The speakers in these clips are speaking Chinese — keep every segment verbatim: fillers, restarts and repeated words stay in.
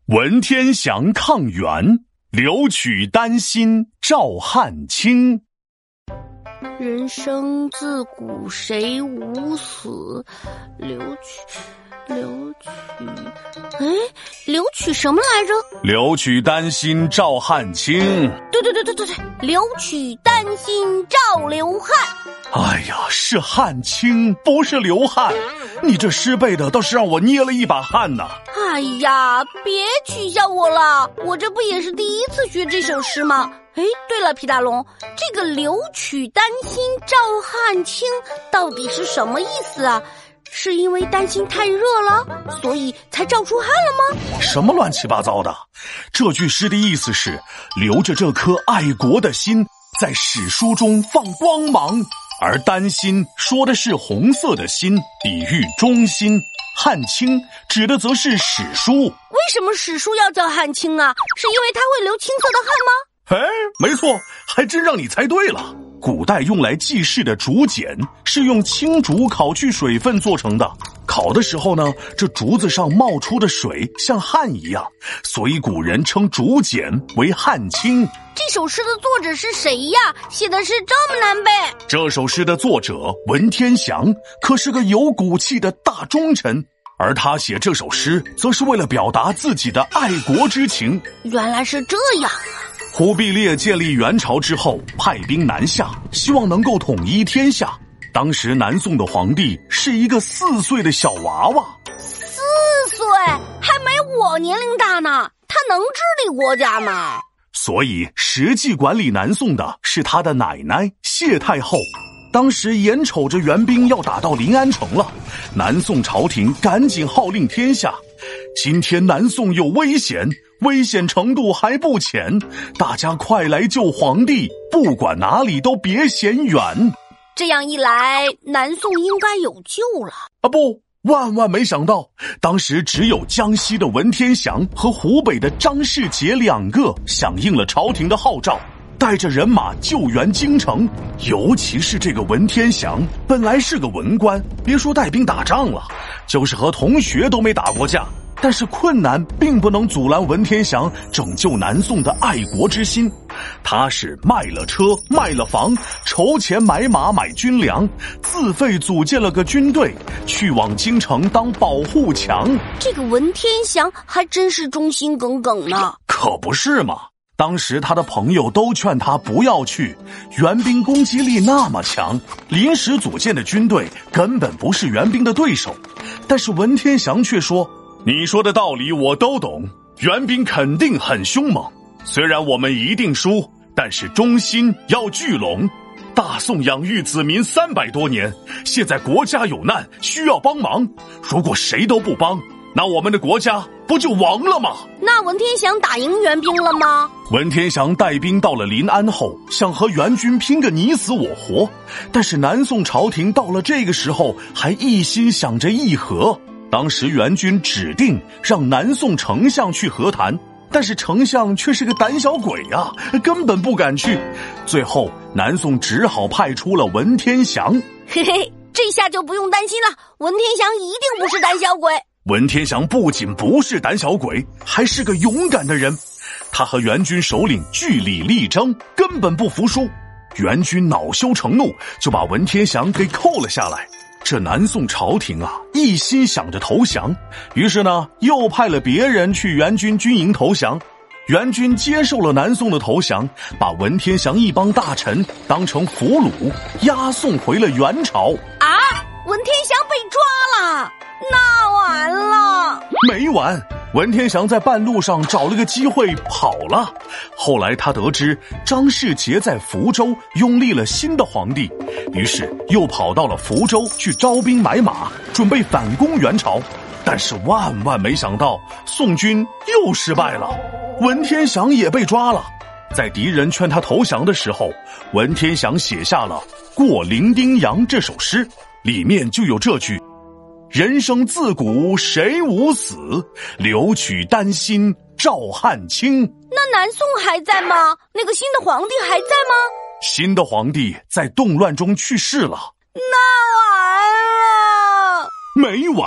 文天祥抗元，留取丹心照汗青。 人生自古谁无死，留取留取哎，留取什么来着？ 留取丹心照汗青。 对对对对对对，留取丹心照流汗。 哎呀，是汗青，不是流汗。你这诗背的倒是让我捏了一把汗呢。 哎呀，别取笑我了，我这不也是第一次学这首诗吗？哎，对了，皮大龙，这个留取丹心照汗青到底是什么意思啊？是因为丹心太热了，所以才照出汗了吗？ 什么乱七八糟的！这句诗的意思是留着这颗爱国的心，在史书中放光芒。而丹心说的是红色的心，比喻忠心。汗青指的则是史书。 为什么史书要叫汗青啊？是因为它会流青色的汗吗？ 哎，没错，还真让你猜对了。古代用来记事的竹简是用青竹烤去水分做成的，烤的时候呢，这竹子上冒出的水像汗一样，所以古人称竹简为汗青。 这首诗的作者是谁呀？写的诗这么难背。 这首诗的作者文天祥可是个有骨气的大忠臣，而他写这首诗则是为了表达自己的爱国之情。 原来是这样啊。 忽必烈建立元朝之后，派兵南下，希望能够统一天下。当时南宋的皇帝是一个四岁的小娃娃。 四岁？还没我年龄大呢，他能治理国家吗？ 所以实际管理南宋的是他的奶奶谢太后。当时眼瞅着援兵要打到临安城了，南宋朝廷赶紧号令天下，今天南宋有危险，危险程度还不浅，大家快来救皇帝，不管哪里都别嫌远。 这样一来，南宋应该有救了啊！不，万万没想到，当时只有江西的文天祥和湖北的张世杰两个响应了朝廷的号召，带着人马救援京城。尤其是这个文天祥，本来是个文官，别说带兵打仗了，就是和同学都没打过架。但是困难并不能阻拦文天祥拯救南宋的爱国之心，他是卖了车卖了房，筹钱买马买军粮，自费组建了个军队，去往京城当保护墙。 这个文天祥还真是忠心耿耿呢。 可不是嘛，当时他的朋友都劝他不要去，援兵攻击力那么强，临时组建的军队根本不是援兵的对手。但是文天祥却说，你说的道理我都懂，援兵肯定很凶猛，虽然我们一定输，但是忠心要聚拢。大宋养育子民三百多年，现在国家有难，需要帮忙，如果谁都不帮，那我们的国家不就亡了吗？ 那文天祥打赢援兵了吗？ 文天祥带兵到了临安后，想和援军拼个你死我活，但是南宋朝廷到了这个时候还一心想着议和。当时援军指定让南宋丞相去和谈，但是丞相却是个胆小鬼啊，根本不敢去。最后南宋只好派出了文天祥。 嘿嘿，这下就不用担心了，文天祥一定不是胆小鬼。 文天祥不仅不是胆小鬼，还是个勇敢的人。他和援军首领据理力争，根本不服输。援军恼羞成怒，就把文天祥给扣了下来。这南宋朝廷啊，一心想着投降，于是呢，又派了别人去援军军营投降。援军接受了南宋的投降，把文天祥一帮大臣当成俘虏，押送回了元朝。 啊，文天祥被抓了，那完了。 没完，文天祥在半路上找了个机会跑了。后来他得知张世杰在福州拥立了新的皇帝，于是又跑到了福州去招兵买马，准备反攻元朝。但是万万没想到，宋军又失败了，文天祥也被抓了。在敌人劝他投降的时候，文天祥写下了《过零丁洋》这首诗，里面就有这句：人生自古谁无死，留取丹心照汗青。 那南宋还在吗？那个新的皇帝还在吗？ 新的皇帝在动乱中去世了。 那完了。 没完，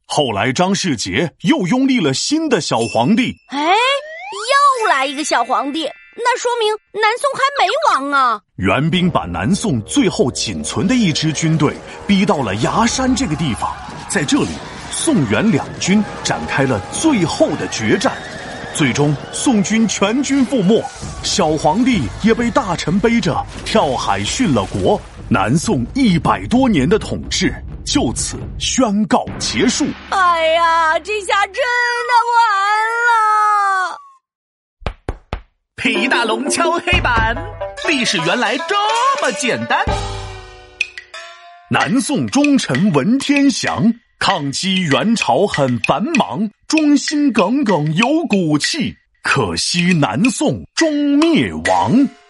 后来张世杰又拥立了新的小皇帝。 哎，又来一个小皇帝，那说明南宋还没亡啊。 元兵把南宋最后仅存的一支军队逼到了崖山这个地方，在这里宋元两军展开了最后的决战，最终宋军全军覆没，小皇帝也被大臣背着跳海殉了国，南宋一百多年的统治就此宣告结束。 哎呀，这下真的完了！ 皮大龙敲黑板，历史原来这么简单。 南宋忠臣文天祥抗击元朝很繁忙，忠心耿耿有骨气，可惜南宋终灭亡。